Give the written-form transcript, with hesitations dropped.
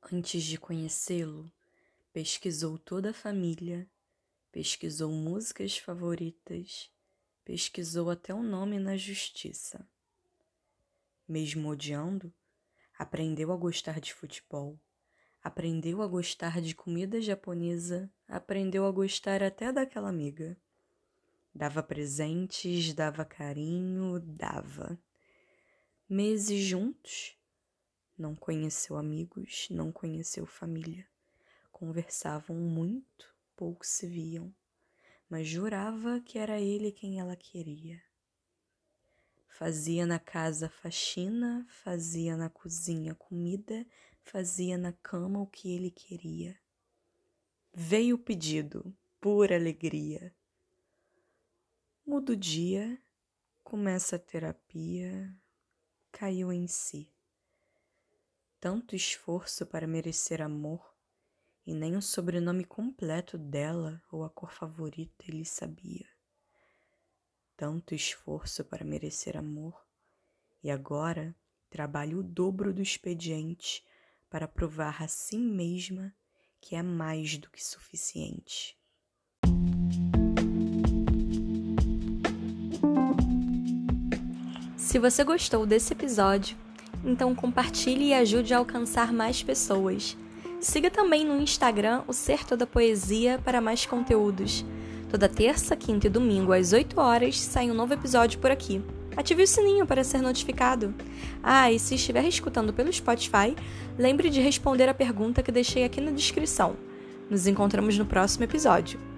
Antes de conhecê-lo, pesquisou toda a família, pesquisou músicas favoritas, pesquisou até o nome na justiça. Mesmo odiando, aprendeu a gostar de futebol, aprendeu a gostar de comida japonesa, aprendeu a gostar até daquela amiga. Dava presentes, dava carinho, dava. Meses juntos, não conheceu amigos, não conheceu família. Conversavam muito, pouco se viam, mas jurava que era ele quem ela queria. Fazia na casa faxina, fazia na cozinha comida, fazia na cama o que ele queria. Veio o pedido, pura alegria. Muda o dia, começa a terapia, caiu em si. Tanto esforço para merecer amor, e nem o sobrenome completo dela ou a cor favorita ele sabia. Tanto esforço para merecer amor, e agora trabalha o dobro do expediente para provar a si mesma que é mais do que suficiente. Se você gostou desse episódio, então compartilhe e ajude a alcançar mais pessoas. Siga também no Instagram o Ser Toda Poesia para mais conteúdos. Toda terça, quinta e domingo às 8 horas sai um novo episódio por aqui. Ative o sininho para ser notificado. E se estiver escutando pelo Spotify, lembre de responder a pergunta que deixei aqui na descrição. Nos encontramos no próximo episódio.